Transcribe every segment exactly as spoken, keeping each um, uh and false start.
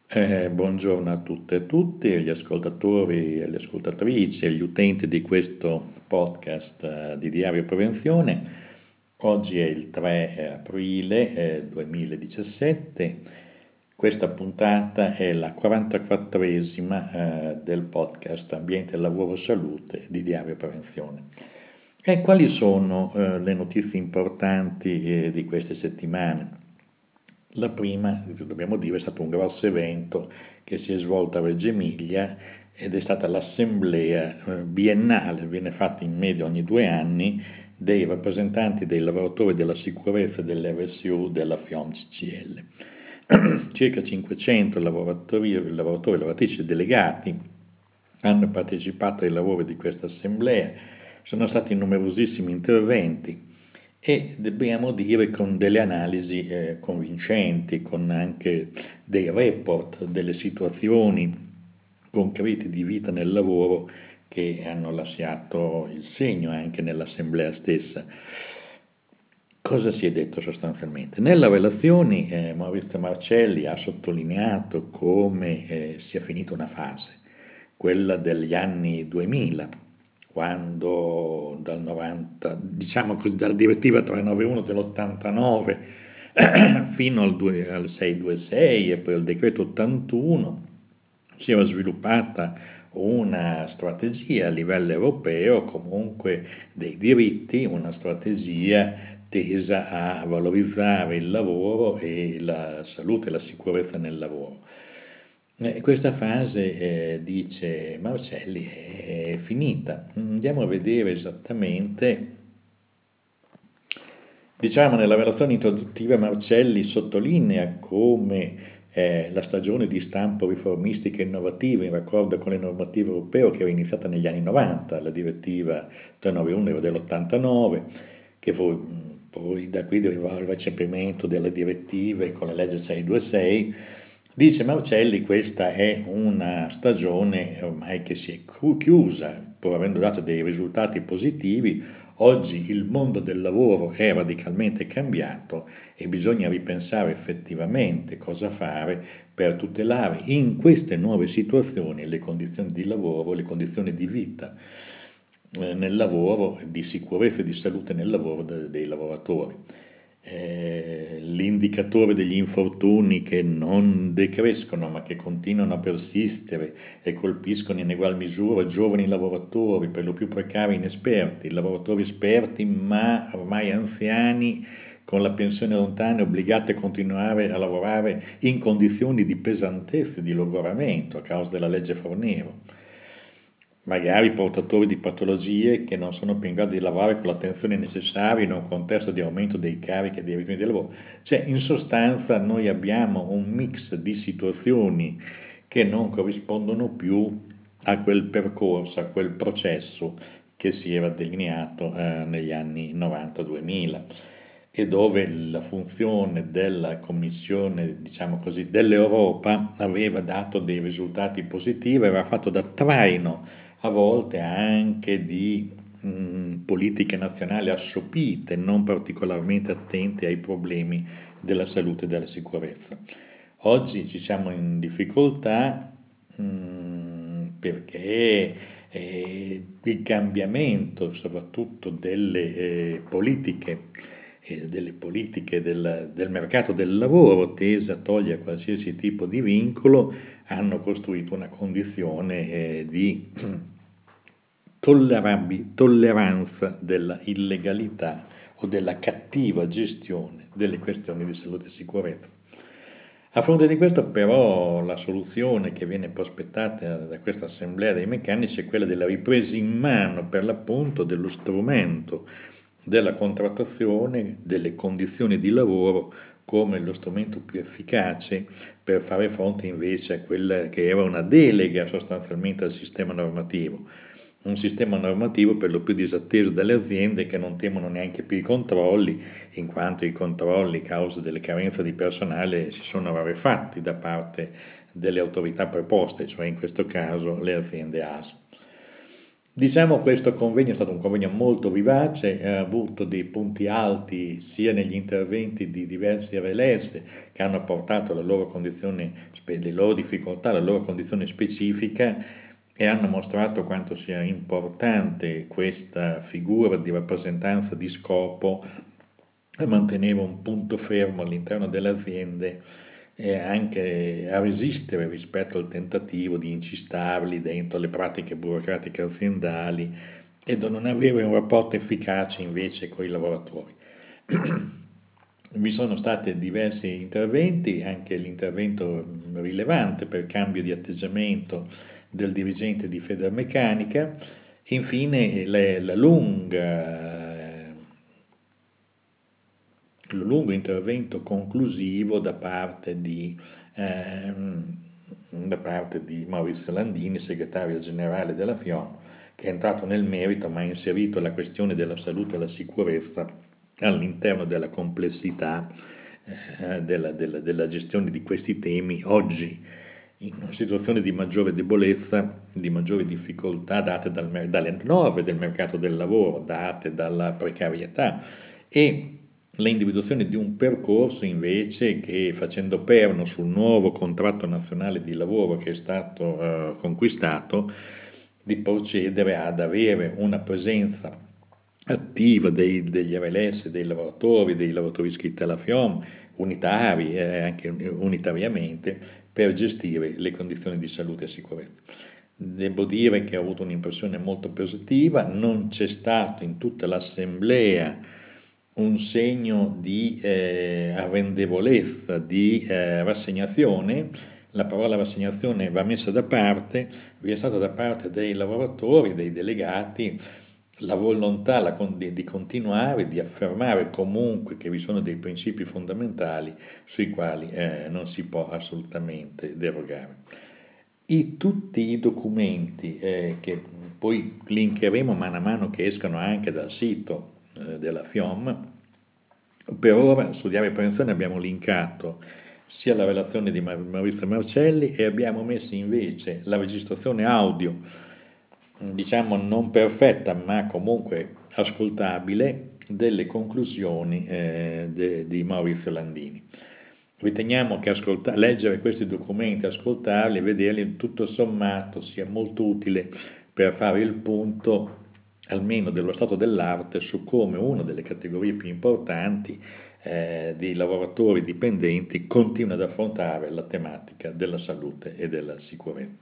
Eh, buongiorno a tutte e tutti, agli ascoltatori e alle ascoltatrici, agli utenti di questo podcast eh, di Diario Prevenzione. Oggi è il tre aprile eh, duemiladiciassette. Questa puntata è la quarantaquattresima eh, del podcast Ambiente, Lavoro, Salute di Diario Prevenzione. E quali sono eh, le notizie importanti eh, di queste settimane? La prima, dobbiamo dire, è stato un grosso evento che si è svolto a Reggio Emilia ed è stata l'assemblea eh, biennale, viene fatta in media ogni due anni, dei rappresentanti dei lavoratori della sicurezza dell'R S U della FIOM C C L. Circa cinquecento lavoratori, lavoratori e lavoratrici delegati hanno partecipato ai lavori di questa assemblea, sono stati numerosissimi interventi e dobbiamo dire con delle analisi eh, convincenti, con anche dei report, delle situazioni concrete di vita nel lavoro che hanno lasciato il segno anche nell'assemblea stessa. Cosa si è detto sostanzialmente? Nella relazione eh, Maurizio Marcelli ha sottolineato come eh, sia finita una fase, quella degli anni duemila, quando dal novanta, diciamo così, dalla direttiva trecentonovantuno dell'ottantanove fino al, due, al seicentoventisei e poi al decreto ottantuno si era sviluppata una strategia a livello europeo, comunque dei diritti, una strategia tesa a valorizzare il lavoro e la salute e la sicurezza nel lavoro. Eh, questa fase, eh, dice Marcelli, è finita. Andiamo a vedere esattamente. Diciamo, nella relazione introduttiva Marcelli sottolinea come eh, la stagione di stampo riformistica e innovativa in raccordo con le normative europee che era iniziata negli anni novanta, la direttiva trecentonovantuno dell'ottantanove, che fu, mh, poi da qui derivava il recepimento delle direttive con la legge seicentoventisei. Dice Marcelli, questa è una stagione ormai che si è chiusa, pur avendo dato dei risultati positivi. Oggi il mondo del lavoro è radicalmente cambiato e bisogna ripensare effettivamente cosa fare per tutelare in queste nuove situazioni le condizioni di lavoro, le condizioni di vita eh, nel lavoro, di sicurezza e di salute nel lavoro de- dei lavoratori. Eh, l'indicatore degli infortuni che non decrescono ma che continuano a persistere e colpiscono in egual misura giovani lavoratori, per lo più precari e inesperti, lavoratori esperti ma ormai anziani con la pensione lontana obbligati a continuare a lavorare in condizioni di pesantezza e di logoramento a causa della legge Fornero, magari portatori di patologie che non sono più in grado di lavorare con l'attenzione necessaria in un contesto di aumento dei carichi e dei ritmi di lavoro. Cioè, in sostanza, noi abbiamo un mix di situazioni che non corrispondono più a quel percorso, a quel processo che si era delineato eh, negli anni novanta duemila e dove la funzione della Commissione, diciamo così, dell'Europa aveva dato dei risultati positivi, aveva fatto da traino a volte anche di mh, politiche nazionali assopite, non particolarmente attente ai problemi della salute e della sicurezza. Oggi ci siamo in difficoltà mh, perché eh, il cambiamento soprattutto delle eh, politiche e delle politiche del, del mercato del lavoro tese a togliere qualsiasi tipo di vincolo hanno costruito una condizione eh, di tollerabi- tolleranza della illegalità o della cattiva gestione delle questioni di salute e sicurezza. A fronte di questo, però, la soluzione che viene prospettata da questa assemblea dei meccanici è quella della ripresa in mano, per l'appunto, dello strumento della contrattazione, delle condizioni di lavoro come lo strumento più efficace per fare fronte invece a quella che era una delega sostanzialmente al sistema normativo. Un sistema normativo per lo più disatteso dalle aziende che non temono neanche più i controlli, in quanto i controlli, a causa delle carenze di personale, si sono rarefatti da parte delle autorità preposte, cioè in questo caso le aziende A S. Diciamo questo convegno è stato un convegno molto vivace, ha avuto dei punti alti sia negli interventi di diversi R L S che hanno portato la loro condizione, spe- le loro difficoltà, la loro condizione specifica e hanno mostrato quanto sia importante questa figura di rappresentanza di scopo e manteneva un punto fermo all'interno delle aziende e anche a resistere rispetto al tentativo di incistarli dentro le pratiche burocratiche aziendali e da non avere un rapporto efficace invece con i lavoratori. Vi sono stati diversi interventi, anche l'intervento rilevante per cambio di atteggiamento del dirigente di Federmeccanica, e infine le- la lunga il lungo intervento conclusivo da parte di, ehm, da parte di Maurizio Landini, segretario generale della FIOM, che è entrato nel merito ma ha inserito la questione della salute e della sicurezza all'interno della complessità eh, della, della, della gestione di questi temi oggi in una situazione di maggiore debolezza, di maggiori difficoltà date dal, dalle norme del mercato del lavoro, date dalla precarietà e l'individuazione di un percorso invece che facendo perno sul nuovo contratto nazionale di lavoro che è stato eh, conquistato, di procedere ad avere una presenza attiva dei, degli R L S, dei lavoratori, dei lavoratori iscritti alla FIOM, unitari e eh, anche unitariamente, per gestire le condizioni di salute e sicurezza. Devo dire che ho avuto un'impressione molto positiva, non c'è stato in tutta l'assemblea un segno di eh, arrendevolezza, di eh, rassegnazione. La parola rassegnazione va messa da parte, vi è stata da parte dei lavoratori, dei delegati, la volontà la con- di, di continuare, di affermare comunque che vi sono dei principi fondamentali sui quali eh, non si può assolutamente derogare. I, tutti i documenti eh, che poi linkeremo man mano che escano anche dal sito eh, della FIOM, per ora su Diario Prevenzione abbiamo linkato sia la relazione di Maurizio Marcelli e abbiamo messo invece la registrazione audio, diciamo non perfetta ma comunque ascoltabile, delle conclusioni eh, de, di Maurizio Landini. Riteniamo che ascolta- leggere questi documenti, ascoltarli e vederli tutto sommato sia molto utile per fare il punto almeno dello stato dell'arte su come una delle categorie più importanti eh, dei lavoratori dipendenti continua ad affrontare la tematica della salute e della sicurezza.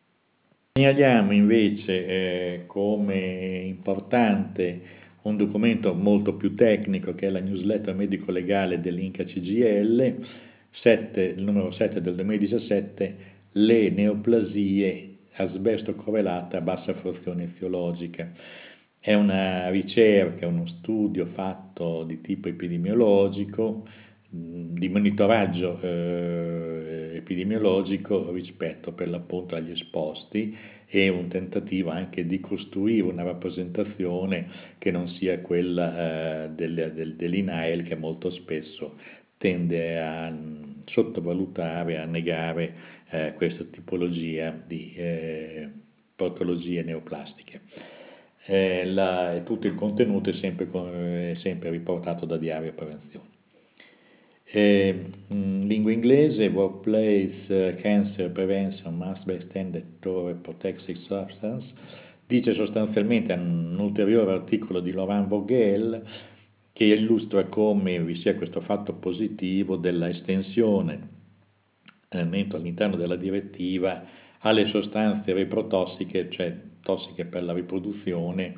Segnaliamo invece eh, come importante un documento molto più tecnico che è la newsletter medico-legale dell'Inca C G I L, sette, il numero sette del duemiladiciassette, le neoplasie asbesto correlate a bassa frazione eziologica. È una ricerca, uno studio fatto di tipo epidemiologico, di monitoraggio eh, epidemiologico rispetto per l'appunto agli esposti e un tentativo anche di costruire una rappresentazione che non sia quella eh, del, del, dell'I N A I L che molto spesso tende a mh, sottovalutare, a negare eh, questa tipologia di eh, patologie neoplastiche. Eh, la, tutto il contenuto è sempre, è sempre riportato da Diario Prevenzione. E, in lingua inglese, Workplace Cancer Prevention Must be extended to a protective substance, dice sostanzialmente un ulteriore articolo di Laurent Vogel che illustra come vi sia questo fatto positivo della estensione all'interno della direttiva alle sostanze reprotossiche, cioè tossiche per la riproduzione,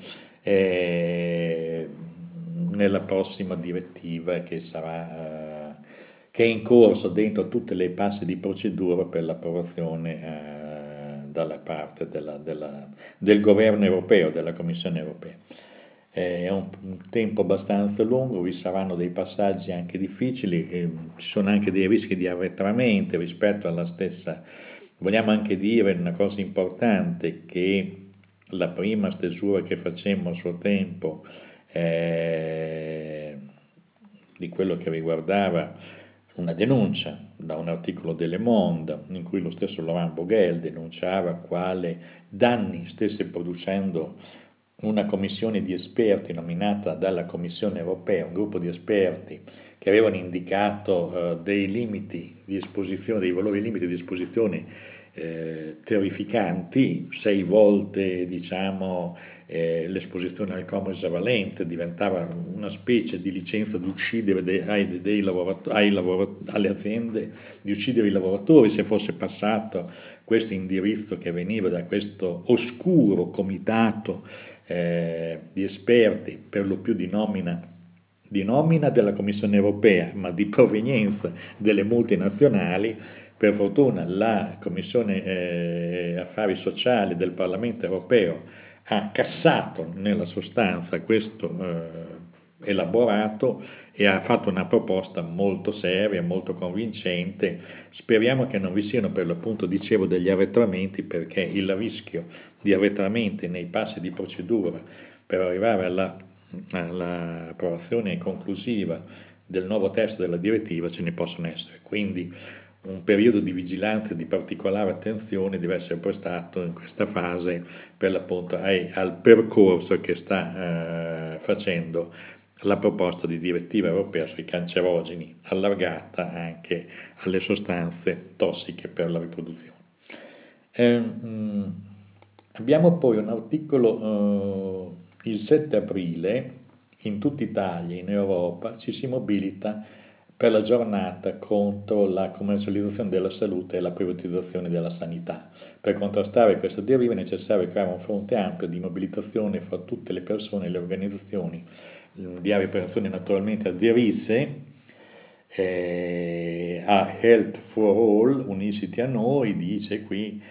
eh, nella prossima direttiva che sarà, eh, che è in corso dentro tutte le passi di procedura per l'approvazione eh, dalla parte della, della, del governo europeo, della Commissione europea. Eh, È un, un tempo abbastanza lungo, vi saranno dei passaggi anche difficili, eh, ci sono anche dei rischi di arretramento rispetto alla stessa. Vogliamo anche dire una cosa importante, che la prima stesura che facemmo a suo tempo eh, di quello che riguardava una denuncia da un articolo de Le Monde in cui lo stesso Laurent Vogel denunciava quale danni stesse producendo una commissione di esperti nominata dalla Commissione europea, un gruppo di esperti che avevano indicato eh, dei limiti di esposizione, dei valori limiti di esposizione eh, terrificanti, sei volte diciamo eh, l'esposizione al coma esavalente diventava una specie di licenza di uccidere dei, ai, dei lavoratori, ai lavoratori, alle aziende, di uccidere i lavoratori se fosse passato questo indirizzo che veniva da questo oscuro comitato eh, di esperti, per lo più di nomina, di nomina della Commissione europea, ma di provenienza delle multinazionali. Per fortuna la Commissione eh, Affari Sociali del Parlamento europeo ha cassato nella sostanza questo eh, elaborato e ha fatto una proposta molto seria, molto convincente. Speriamo che non vi siano, per l'appunto dicevo, degli arretramenti, perché il rischio di arretramenti nei passi di procedura per arrivare alla, all'approvazione conclusiva del nuovo testo della direttiva ce ne possono essere. Quindi un periodo di vigilanza e di particolare attenzione deve essere prestato in questa fase per l'appunto ai, al percorso che sta eh, facendo la proposta di direttiva europea sui cancerogeni, allargata anche alle sostanze tossiche per la riproduzione. Eh, mh, abbiamo poi un articolo, eh, il sette aprile, in tutta Italia, in Europa, ci si mobilita per la giornata contro la commercializzazione della salute e la privatizzazione della sanità. Per contrastare questa deriva è necessario creare un fronte ampio di mobilitazione fra tutte le persone e le organizzazioni. Diario Operazione naturalmente aderisce eh, a Health for All, unisciti a noi, dice qui,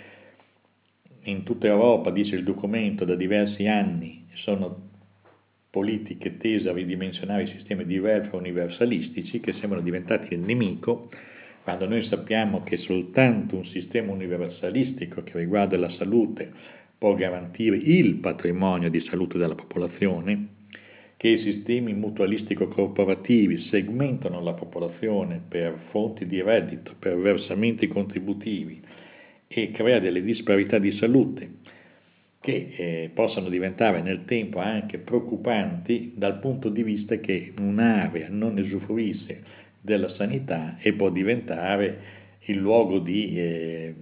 in tutta Europa, dice il documento, da diversi anni sono politiche tese a ridimensionare i sistemi di welfare universalistici che sembrano diventati il nemico, quando noi sappiamo che soltanto un sistema universalistico che riguarda la salute può garantire il patrimonio di salute della popolazione, che i sistemi mutualistico-corporativi segmentano la popolazione per fonti di reddito, per versamenti contributivi e crea delle disparità di salute che eh, possano diventare nel tempo anche preoccupanti dal punto di vista che un'area non usufruisce della sanità e può diventare il luogo di eh,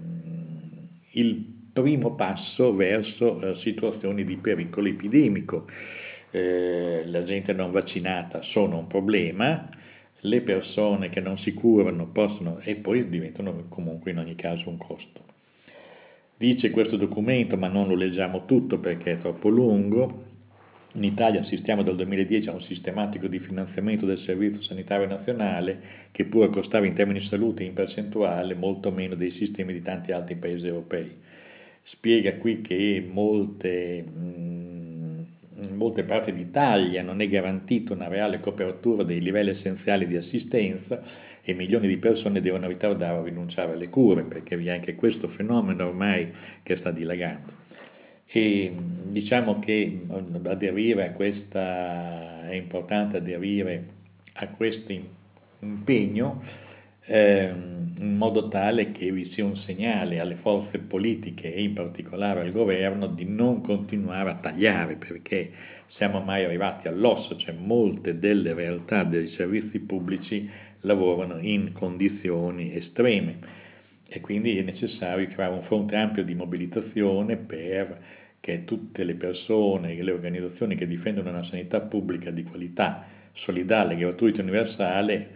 il primo passo verso eh, situazioni di pericolo epidemico. Eh, la gente non vaccinata sono un problema, le persone che non si curano possono e poi diventano comunque in ogni caso un costo. Dice questo documento, ma non lo leggiamo tutto perché è troppo lungo, in Italia assistiamo dal duemiladieci a un sistematico di finanziamento del Servizio Sanitario Nazionale che pure costava in termini di salute in percentuale molto meno dei sistemi di tanti altri paesi europei. Spiega qui che molte, mh, in molte parti d'Italia non è garantita una reale copertura dei livelli essenziali di assistenza e milioni di persone devono ritardare o rinunciare alle cure, perché vi è anche questo fenomeno ormai che sta dilagando. E diciamo che aderire a questa, è importante aderire a questo impegno ehm, in modo tale che vi sia un segnale alle forze politiche e in particolare al governo di non continuare a tagliare, perché siamo ormai arrivati all'osso, cioè molte delle realtà dei servizi pubblici lavorano in condizioni estreme e quindi è necessario creare un fronte ampio di mobilitazione perché tutte le persone e le organizzazioni che difendono una sanità pubblica di qualità, solidale, gratuita e universale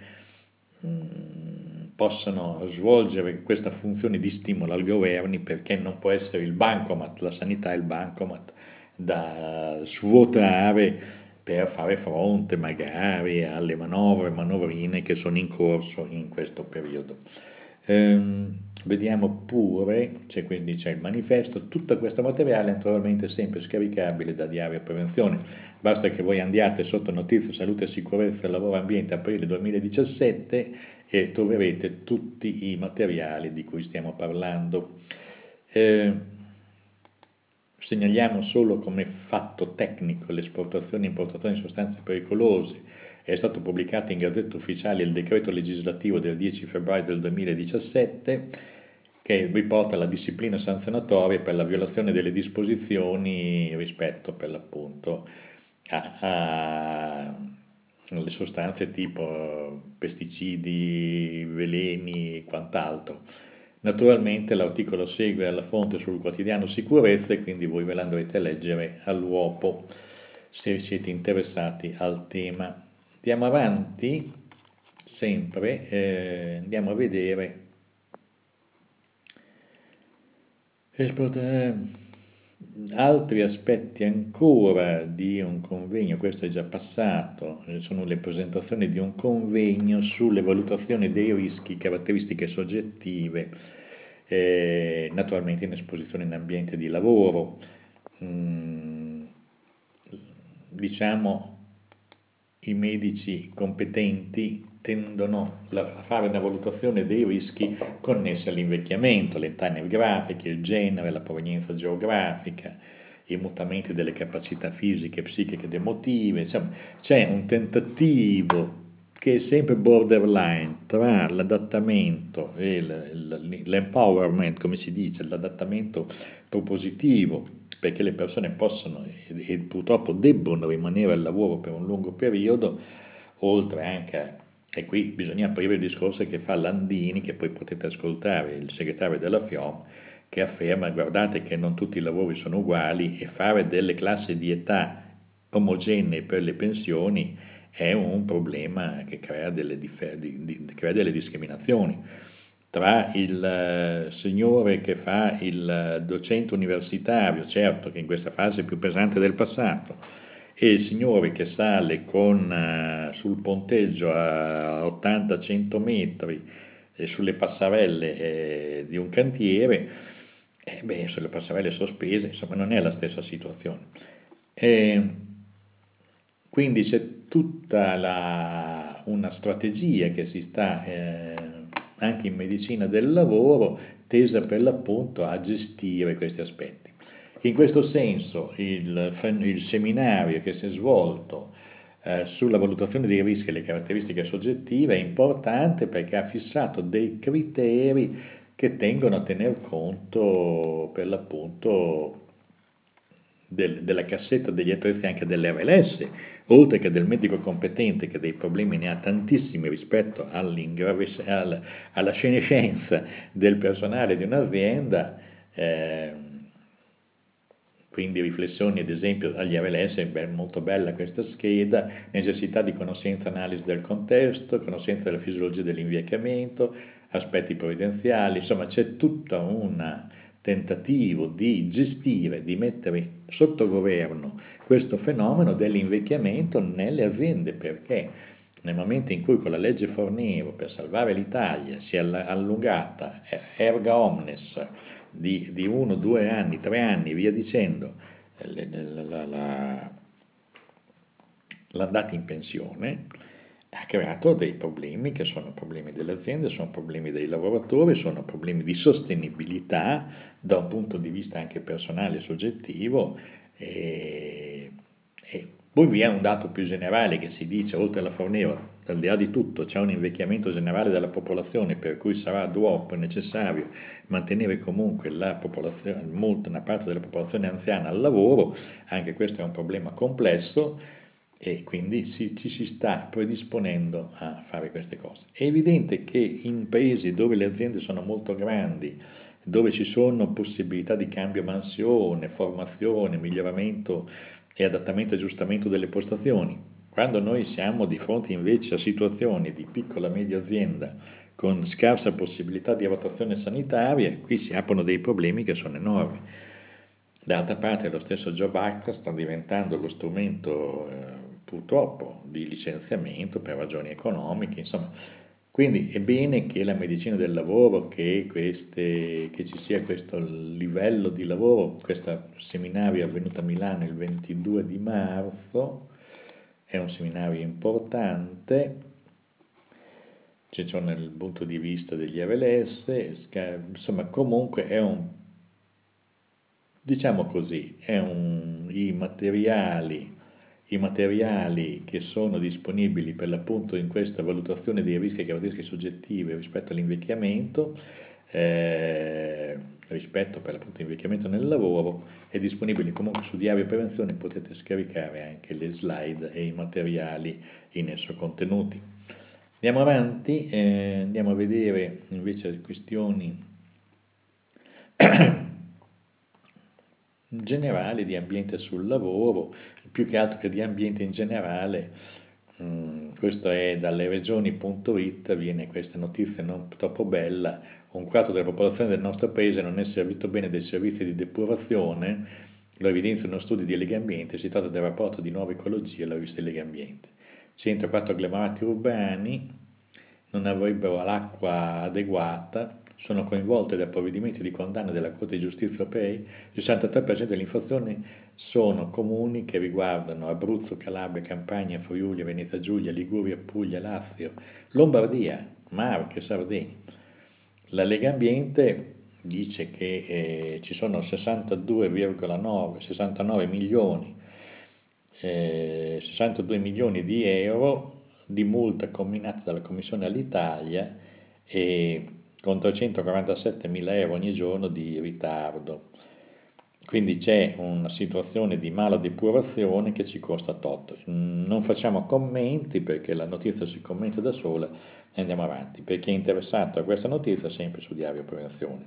mh, possano svolgere questa funzione di stimolo ai governi, perché non può essere il bancomat, la sanità è il bancomat da svuotare per fare fronte magari alle manovre, manovrine che sono in corso in questo periodo. Ehm, vediamo pure, c'è quindi c'è il manifesto, tutto questo materiale naturalmente è sempre scaricabile da Diario Prevenzione, basta che voi andiate sotto Notizie, Salute e Sicurezza, Lavoro e Ambiente, aprile duemiladiciassette e troverete tutti i materiali di cui stiamo parlando. Eh, segnaliamo solo come fatto tecnico l'esportazione e importazione di sostanze pericolose è stato pubblicato in Gazzetta Ufficiale il decreto legislativo del dieci febbraio del duemiladiciassette che riporta la disciplina sanzionatoria per la violazione delle disposizioni rispetto per l'appunto a, a- alle sostanze tipo pesticidi, veleni e quant'altro. Naturalmente l'articolo segue alla fonte sul quotidiano Sicurezza e quindi voi ve l'andrete a leggere all'uopo se siete interessati al tema. Andiamo avanti, sempre, eh, andiamo a vedere eh, altri aspetti ancora di un convegno, questo è già passato, eh, sono le presentazioni di un convegno sulle valutazioni dei rischi, caratteristiche soggettive, eh, naturalmente in esposizione in ambiente di lavoro. Mm, diciamo i medici competenti tendono a fare una valutazione dei rischi connessi all'invecchiamento, l'età anagrafiche, il genere, la provenienza geografica, i mutamenti delle capacità fisiche, psichiche ed emotive, insomma c'è un tentativo che è sempre borderline tra l'adattamento e l'empowerment, come si dice, l'adattamento propositivo, perché le persone possono e, e purtroppo debbono rimanere al lavoro per un lungo periodo, oltre anche a, e qui bisogna aprire il discorso che fa Landini, che poi potete ascoltare, il segretario della FIOM, che afferma, guardate che non tutti i lavori sono uguali e fare delle classi di età omogenee per le pensioni è un problema che crea delle, differ- di- di- crea delle discriminazioni tra il eh, signore che fa il eh, docente universitario, certo che in questa fase è più pesante del passato, e il signore che sale con, eh, sul ponteggio a ottanta cento metri e sulle passerelle eh, di un cantiere, eh, beh, sulle passerelle sospese, insomma non è la stessa situazione. E quindi c'è tutta la- una strategia che si sta eh, anche in medicina del lavoro tesa per l'appunto a gestire questi aspetti. In questo senso il, il seminario che si è svolto eh, sulla valutazione dei rischi e le caratteristiche soggettive è importante perché ha fissato dei criteri che tengono a tener conto per l'appunto del- della cassetta degli attrezzi anche dell'R L S, oltre che del medico competente che dei problemi ne ha tantissimi rispetto all'ingraves- al- alla senescenza del personale di un'azienda, eh, quindi riflessioni ad esempio agli R L S, è molto bella questa scheda, necessità di conoscenza e analisi del contesto, conoscenza della fisiologia dell'invecchiamento, aspetti provvidenziali, insomma c'è tutto un tentativo di gestire, di mettere sotto governo questo fenomeno dell'invecchiamento nelle aziende, perché nel momento in cui con la legge Fornero per salvare l'Italia si è allungata eh, erga omnes di, di uno, due anni, tre anni, via dicendo, eh, la, la, la, l'andata in pensione, ha creato dei problemi che sono problemi delle aziende, sono problemi dei lavoratori, sono problemi di sostenibilità da un punto di vista anche personale e soggettivo. E, e poi vi è un dato più generale che si dice, oltre alla Fornero, al di là di tutto, c'è un invecchiamento generale della popolazione, per cui sarà dopo necessario mantenere comunque la popolazione, molta, una parte della popolazione anziana al lavoro, anche questo è un problema complesso e quindi si, ci si sta predisponendo a fare queste cose. È evidente che in paesi dove le aziende sono molto grandi, dove ci sono possibilità di cambio mansione, formazione, miglioramento e adattamento e aggiustamento delle postazioni, quando noi siamo di fronte invece a situazioni di piccola e media azienda con scarsa possibilità di rotazione sanitaria, qui si aprono dei problemi che sono enormi. D'altra parte lo stesso Job Act sta diventando lo strumento eh, purtroppo di licenziamento per ragioni economiche, insomma, quindi è bene che la medicina del lavoro, che, queste, che ci sia questo livello di lavoro, questo seminario è avvenuto a Milano il ventidue di marzo, è un seminario importante, c'è ciò nel punto di vista degli R L S, insomma comunque è un, diciamo così, è un, i materiali, i materiali che sono disponibili per l'appunto in questa valutazione dei rischi e caratteristiche soggettive rispetto all'invecchiamento, eh, rispetto per l'appunto all'invecchiamento nel lavoro, è disponibile comunque su Diario Prevenzione, potete scaricare anche le slide e i materiali in esso contenuti. Andiamo avanti, eh, andiamo a vedere invece le questioni generali di ambiente sul lavoro, più che altro che di ambiente in generale. Mm, questo è dalle regioni punto it, viene questa notizia non troppo bella: un quarto della popolazione del nostro paese non è servito bene dei servizi di depurazione, lo evidenzia uno studio di Legambiente, si tratta del rapporto di Nuova Ecologia alla rivista di Legambiente. centoquattro agglomerati urbani non avrebbero l'acqua adeguata, sono coinvolte da provvedimenti di condanna della Corte di Giustizia europea. Il sessantatré per cento delle infrazioni sono comuni che riguardano Abruzzo, Calabria, Campania, Friuli, Venezia Giulia, Liguria, Puglia, Lazio, Lombardia, Marche, Sardegna. La Lega Ambiente dice che eh, ci sono sessantadue virgola nove, sessantanove milioni, eh, sessantadue milioni di euro di multa comminata dalla Commissione all'Italia, e con trecentoquarantasette mila euro ogni giorno di ritardo. Quindi c'è una situazione di mala depurazione che ci costa tot. Non facciamo commenti perché la notizia si commenta da sola e andiamo avanti. Per chi è interessato a questa notizia, sempre su Diario Prevenzione.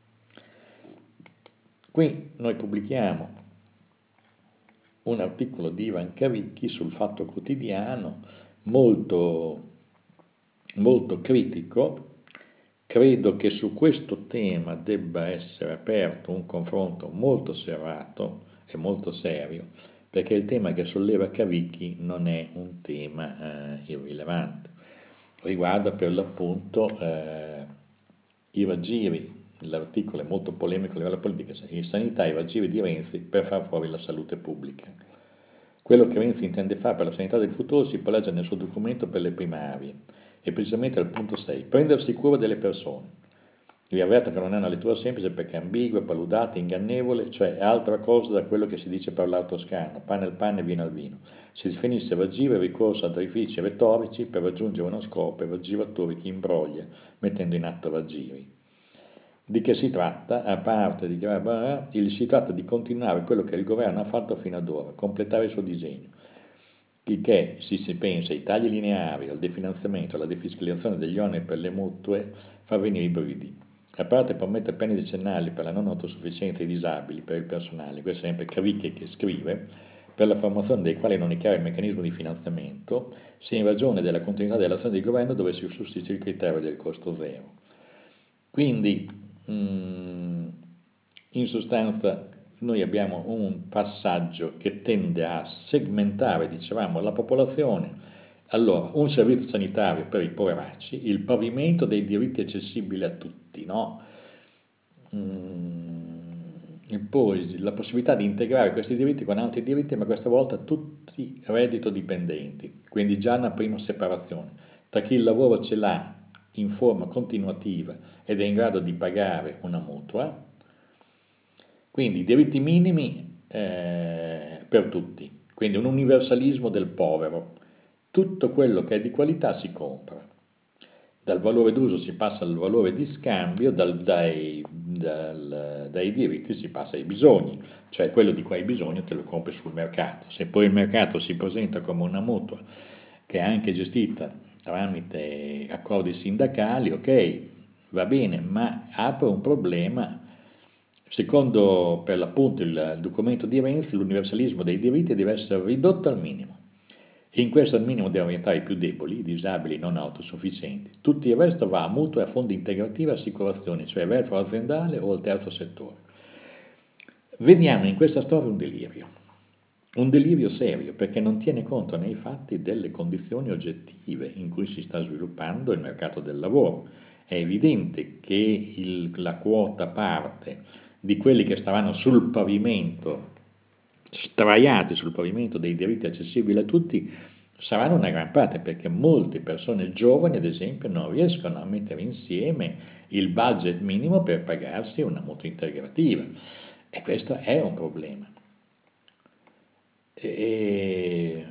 Qui noi pubblichiamo un articolo di Ivan Cavicchi sul Fatto Quotidiano, molto, molto critico. Credo che su questo tema debba essere aperto un confronto molto serrato e molto serio, perché il tema che solleva Cavicchi non è un tema eh, irrilevante. Riguarda per l'appunto eh, i raggiri, l'articolo è molto polemico a livello politico, in sanità i raggiri di Renzi per far fuori la salute pubblica. Quello che Renzi intende fare per la sanità del futuro si palesa nel suo documento per le primarie, e precisamente al punto sei, prendersi cura delle persone. Vi avverto che non è una lettura semplice perché è ambigua, paludata, ingannevole, cioè è altra cosa da quello che si dice parlare toscano, pane al pane, vino al vino. Si definisce raggiro il ricorso ad artifici retorici per raggiungere uno scopo, e raggiratore chi imbroglia, mettendo in atto raggiri. Di che si tratta? A parte di il si tratta di continuare quello che il governo ha fatto fino ad ora, completare il suo disegno. Il che, se si pensa ai tagli lineari, al definanziamento, alla defiscalizzazione degli oneri per le mutue, fa venire i brividi. A parte promettere pene decennali per la non autosufficienza dei disabili, per il personale, questo è sempre Cavicchi che scrive, per la formazione dei quali non è chiaro il meccanismo di finanziamento, se in ragione della continuità dell'azione del governo dovesse sussistere il criterio del costo zero. Quindi, mh, in sostanza, noi abbiamo un passaggio che tende a segmentare, dicevamo, la popolazione. Allora, un servizio sanitario per i poveracci, il pavimento dei diritti accessibili a tutti, no? Mm, e poi la possibilità di integrare questi diritti con altri diritti, ma questa volta tutti reddito dipendenti, quindi già una prima separazione tra chi il lavoro ce l'ha in forma continuativa ed è in grado di pagare una mutua, quindi diritti minimi eh, per tutti, quindi un universalismo del povero, tutto quello che è di qualità si compra, dal valore d'uso si passa al valore di scambio, dal, dai, dal, dai diritti si passa ai bisogni, cioè quello di cui hai bisogno te lo compri sul mercato. Se poi il mercato si presenta come una mutua che è anche gestita tramite accordi sindacali, ok, va bene, ma apre un problema. Secondo per l'appunto il documento di Renzi, l'universalismo dei diritti deve essere ridotto al minimo. E in questo al minimo devono rientrare i più deboli, i disabili, non autosufficienti. Tutto il resto va a mutuo e a fondi integrativi e assicurazioni, cioè welfare aziendale o il terzo settore. Vediamo in questa storia un delirio, un delirio serio, perché non tiene conto nei fatti delle condizioni oggettive in cui si sta sviluppando il mercato del lavoro. È evidente che il, la quota parte di quelli che stavano sul pavimento, straiati sul pavimento dei diritti accessibili a tutti, saranno una gran parte, perché molte persone giovani, ad esempio, non riescono a mettere insieme il budget minimo per pagarsi una mutua integrativa, e questo è un problema. E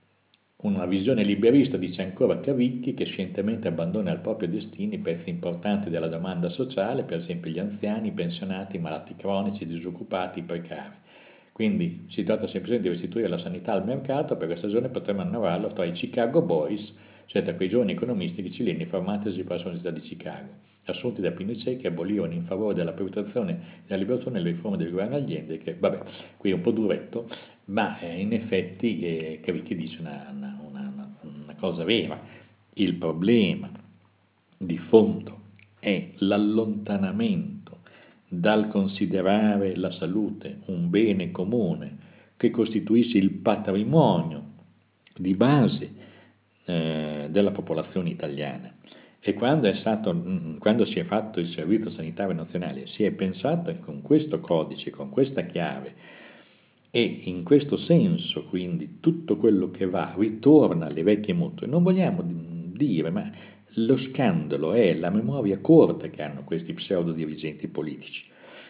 una visione liberista, dice ancora Cavicchi, che scientemente abbandona al proprio destino i pezzi importanti della domanda sociale, per esempio gli anziani, i pensionati, i malati cronici, i disoccupati, i precari. Quindi si tratta semplicemente di restituire la sanità al mercato, per questa ragione potremmo annoverarlo tra i Chicago Boys, cioè tra quei giovani economisti cileni formatisi presso l'Università di Chicago, assunti da Pinochet, che abolirono in favore della protezione e della liberazione le riforme del governo Allende, che vabbè, qui è un po' duretto, ma eh, in effetti eh, Cavicchi dice una, una, una, una cosa vera. Il problema di fondo è l'allontanamento dal considerare la salute un bene comune che costituisce il patrimonio di base eh, della popolazione italiana. E quando, è stato, quando si è fatto il Servizio Sanitario Nazionale, si è pensato con questo codice, con questa chiave, e in questo senso, quindi, tutto quello che va ritorna alle vecchie mutue. Non vogliamo dire, ma lo scandalo è la memoria corta che hanno questi pseudo dirigenti politici.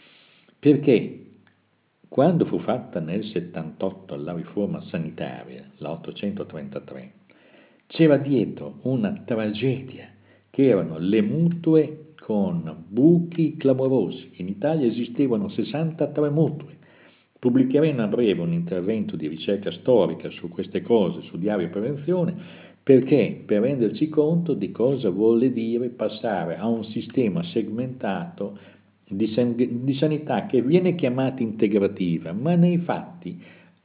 Perché quando fu fatta nel settantotto la riforma sanitaria, la ottocentotrentatré, c'era dietro una tragedia, che erano le mutue con buchi clamorosi. In Italia esistevano sessantatré mutue. Pubblicheremo a breve un intervento di ricerca storica su queste cose, su diario e prevenzione, perché per renderci conto di cosa vuole dire passare a un sistema segmentato di, san- di sanità che viene chiamata integrativa, ma nei fatti,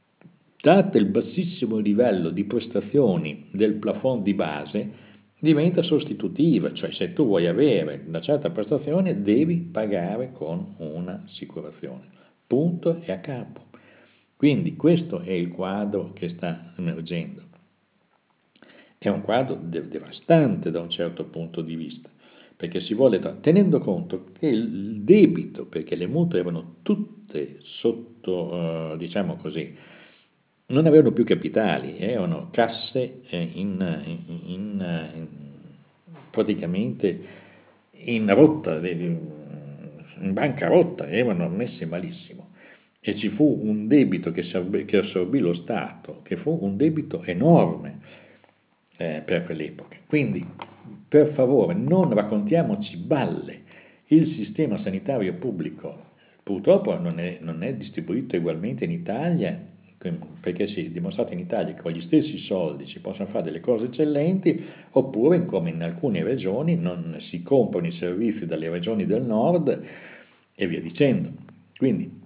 dato il bassissimo livello di prestazioni del plafond di base, diventa sostitutiva, cioè se tu vuoi avere una certa prestazione devi pagare con un'assicurazione, punto e a capo. Quindi questo è il quadro che sta emergendo. È un quadro de- devastante da un certo punto di vista, perché si vuole, tra- tenendo conto che il debito, perché le mutue erano tutte sotto, eh, diciamo così, non avevano più capitali, erano casse eh, in, in- in- in- praticamente in rotta, in bancarotta, erano messe malissimo. E ci fu un debito che, assorbì, che assorbì lo Stato, che fu un debito enorme eh, per quell'epoca. Quindi, per favore, non raccontiamoci balle. Il sistema sanitario pubblico purtroppo non è, non è distribuito ugualmente in Italia, perché si è dimostrato in Italia che con gli stessi soldi si possono fare delle cose eccellenti, oppure come in alcune regioni non si comprano i servizi dalle regioni del nord e via dicendo. Quindi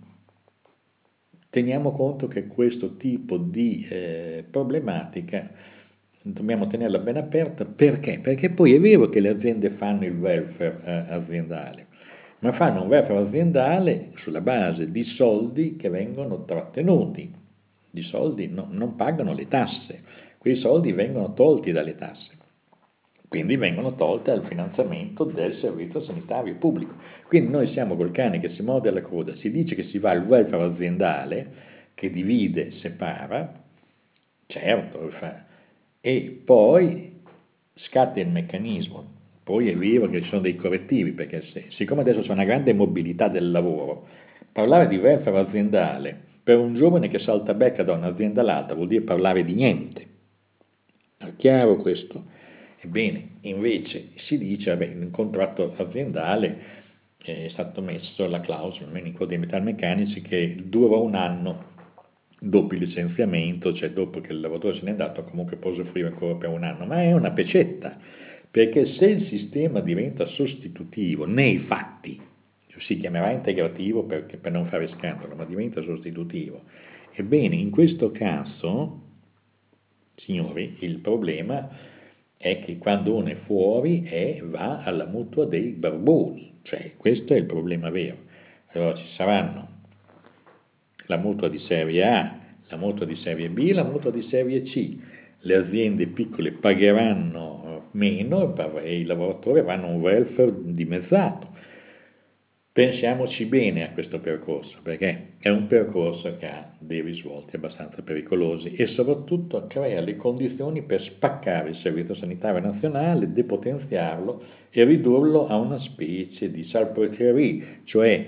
teniamo conto che questo tipo di eh, problematica dobbiamo tenerla ben aperta. Perché? Perché poi è vero che le aziende fanno il welfare eh, aziendale, ma fanno un welfare aziendale sulla base di soldi che vengono trattenuti, di soldi no, non pagano le tasse, quei soldi vengono tolti dalle tasse. Quindi vengono tolte al finanziamento del servizio sanitario pubblico. Quindi noi siamo col cane che si morde la coda, si dice che si va al welfare aziendale, che divide, separa, certo lo fa, e poi scatta il meccanismo. Poi è vero che ci sono dei correttivi, perché se, siccome adesso c'è una grande mobilità del lavoro, parlare di welfare aziendale per un giovane che salta becca da un'azienda all'altra vuol dire parlare di niente. È chiaro questo? Ebbene, invece si dice, vabbè, in un contratto aziendale eh, è stato messo la clausola, almeno in quello dei metalmeccanici, che dura un anno dopo il licenziamento, cioè dopo che il lavoratore se n'è andato, comunque può usufruire ancora per un anno, ma è una pecetta, perché se il sistema diventa sostitutivo nei fatti, si chiamerà integrativo perché, per non fare scandalo, ma diventa sostitutivo, ebbene, in questo caso, signori, il problema è che quando uno è fuori è, va alla mutua dei barboni, cioè questo è il problema vero. Allora ci saranno la mutua di serie A, la mutua di serie B, la mutua di serie C. Le aziende piccole pagheranno meno e i lavoratori avranno un welfare dimezzato. Pensiamoci bene a questo percorso, perché è un percorso che ha dei risvolti abbastanza pericolosi e soprattutto crea le condizioni per spaccare il Servizio Sanitario Nazionale, depotenziarlo e ridurlo a una specie di salpetriere, cioè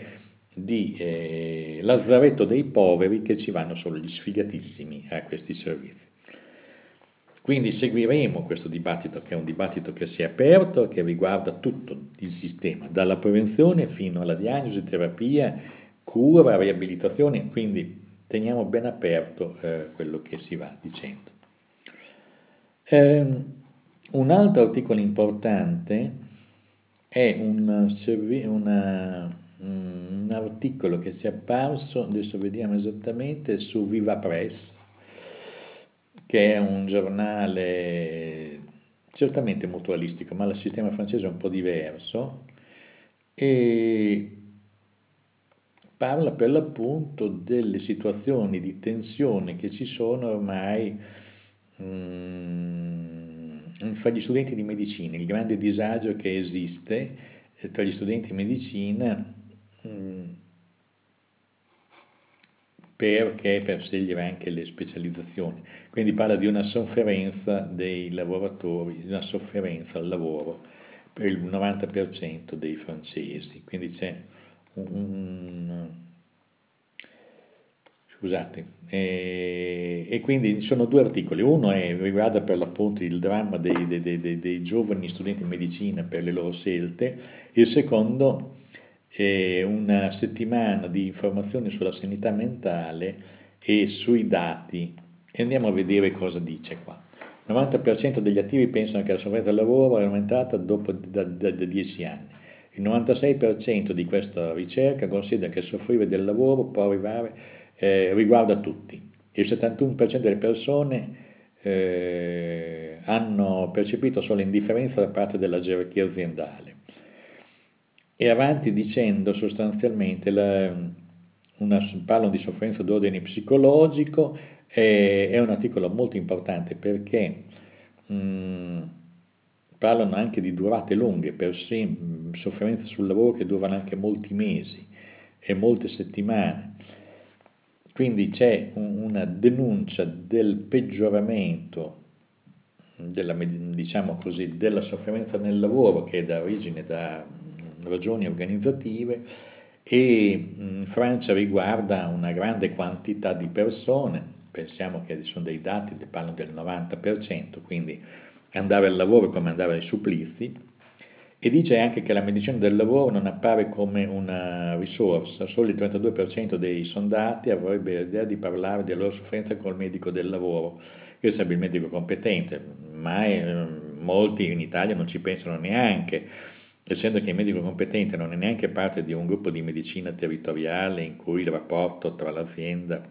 di eh, lazzaretto dei poveri che ci vanno solo gli sfigatissimi a questi servizi. Quindi seguiremo questo dibattito, che è un dibattito che si è aperto, che riguarda tutto il sistema, dalla prevenzione fino alla diagnosi, terapia, cura, riabilitazione, quindi teniamo ben aperto eh, quello che si va dicendo. Eh, un altro articolo importante è un, servi- una- un articolo che si è apparso, adesso vediamo esattamente, su Viva Press, che è un giornale certamente mutualistico, ma il sistema francese è un po' diverso, e parla per l'appunto delle situazioni di tensione che ci sono ormai mm, fra gli studenti di medicina, il grande disagio che esiste eh, tra gli studenti di medicina mm, perché per scegliere anche le specializzazioni. Quindi parla di una sofferenza dei lavoratori, di una sofferenza al lavoro per il novanta per cento dei francesi. Quindi c'è un, un scusate, e, e quindi ci sono due articoli. Uno è, riguarda per l'appunto il dramma dei, dei- dei- dei- dei giovani studenti di medicina per le loro scelte, il secondo è una settimana di informazioni sulla sanità mentale e sui dati. E andiamo a vedere cosa dice qua. Il novanta per cento degli attivi pensano che la sofferenza al lavoro è aumentata dopo da, da, da dieci anni. Il novantasei per cento di questa ricerca considera che soffrire del lavoro può arrivare, eh, riguarda tutti. Il settantuno per cento delle persone eh, hanno percepito solo indifferenza da parte della gerarchia aziendale. E avanti dicendo sostanzialmente, la, una, parlano di sofferenza d'ordine psicologico, e, è un articolo molto importante perché mh, parlano anche di durate lunghe, per sé, sofferenze sul lavoro che durano anche molti mesi e molte settimane. Quindi c'è un, una denuncia del peggioramento della, diciamo così, della sofferenza nel lavoro che dà origine da ragioni organizzative, e in Francia riguarda una grande quantità di persone, pensiamo che ci sono dei dati che parlano del novanta per cento, quindi andare al lavoro è come andare ai supplizi, e dice anche che la medicina del lavoro non appare come una risorsa, solo il trentadue per cento dei sondati avrebbe l'idea di parlare della loro sofferenza col medico del lavoro, che sarebbe il medico competente, ma eh, molti in Italia non ci pensano neanche, essendo che il medico competente non è neanche parte di un gruppo di medicina territoriale in cui il rapporto tra l'azienda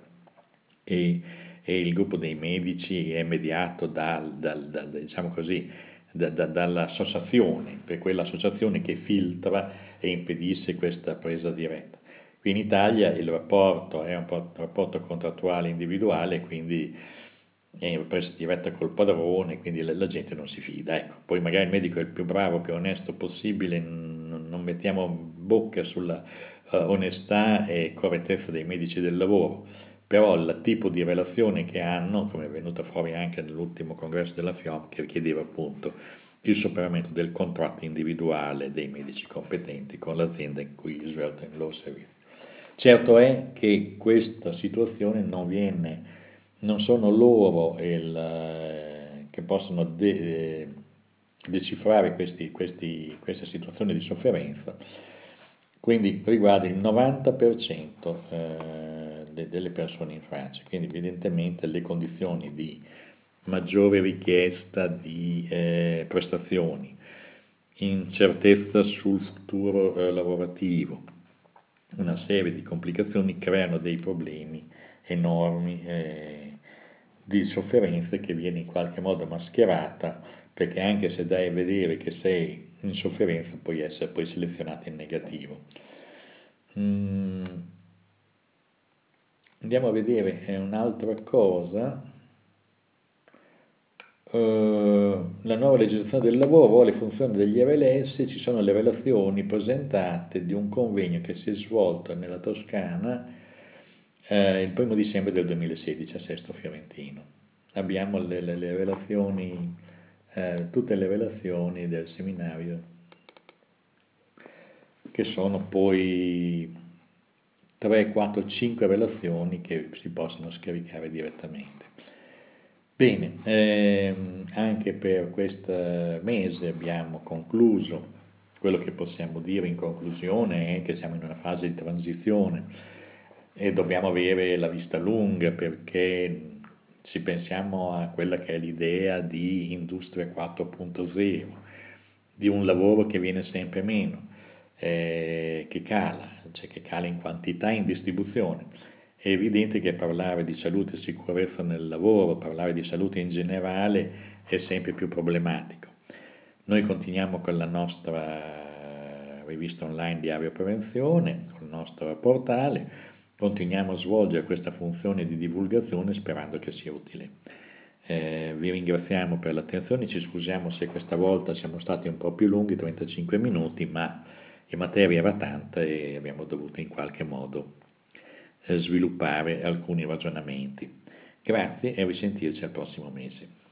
e, e il gruppo dei medici è mediato dal, dal, dal, diciamo così, da, da, dall'associazione, per quell'associazione che filtra e impedisce questa presa diretta. Qui in Italia il rapporto è un rapporto contrattuale individuale, quindi è presa diretta col padrone, quindi la, la gente non si fida. Ecco. Poi magari il medico è il più bravo, più onesto possibile, non, non mettiamo bocca sulla uh, onestà e correttezza dei medici del lavoro, però il tipo di relazione che hanno, come è venuta fuori anche nell'ultimo congresso della F I O M, che richiedeva appunto il superamento del contratto individuale dei medici competenti con l'azienda in cui svolgono il loro servizio. Certo è che questa situazione non viene, non sono loro il, eh, che possono de, eh, decifrare questi, questi, queste situazioni di sofferenza, quindi riguarda il novanta per cento eh, de, delle persone in Francia, quindi evidentemente le condizioni di maggiore richiesta di eh, prestazioni, incertezza sul futuro eh, lavorativo, una serie di complicazioni creano dei problemi enormi eh, di sofferenze che viene in qualche modo mascherata, perché anche se dai a vedere che sei in sofferenza puoi essere poi selezionato in negativo. Mm, andiamo a vedere eh, un'altra cosa. Uh, la nuova legislazione del lavoro vuole funzione degli R L S, ci sono le relazioni presentate di un convegno che si è svolto nella Toscana eh, il primo dicembre del duemilasedici a Sesto Fiorentino. Abbiamo le, le- le relazioni, eh, tutte le relazioni del seminario, che sono poi tre, quattro, cinque relazioni che si possono scaricare direttamente. Bene, ehm, anche per questo mese abbiamo concluso. Quello che possiamo dire in conclusione è che siamo in una fase di transizione e dobbiamo avere la vista lunga, perché se pensiamo a quella che è l'idea di industria quattro punto zero, di un lavoro che viene sempre meno, eh, che cala, cioè che cala in quantità e in distribuzione. È evidente che parlare di salute e sicurezza nel lavoro, parlare di salute in generale è sempre più problematico. Noi continuiamo con la nostra rivista online di avioprevenzione, con il nostro portale, continuiamo a svolgere questa funzione di divulgazione sperando che sia utile. Eh, vi ringraziamo per l'attenzione, ci scusiamo se questa volta siamo stati un po' più lunghi, trentacinque minuti, ma la materia era tanta e abbiamo dovuto in qualche modo eh, sviluppare alcuni ragionamenti. Grazie e a risentirci al prossimo mese.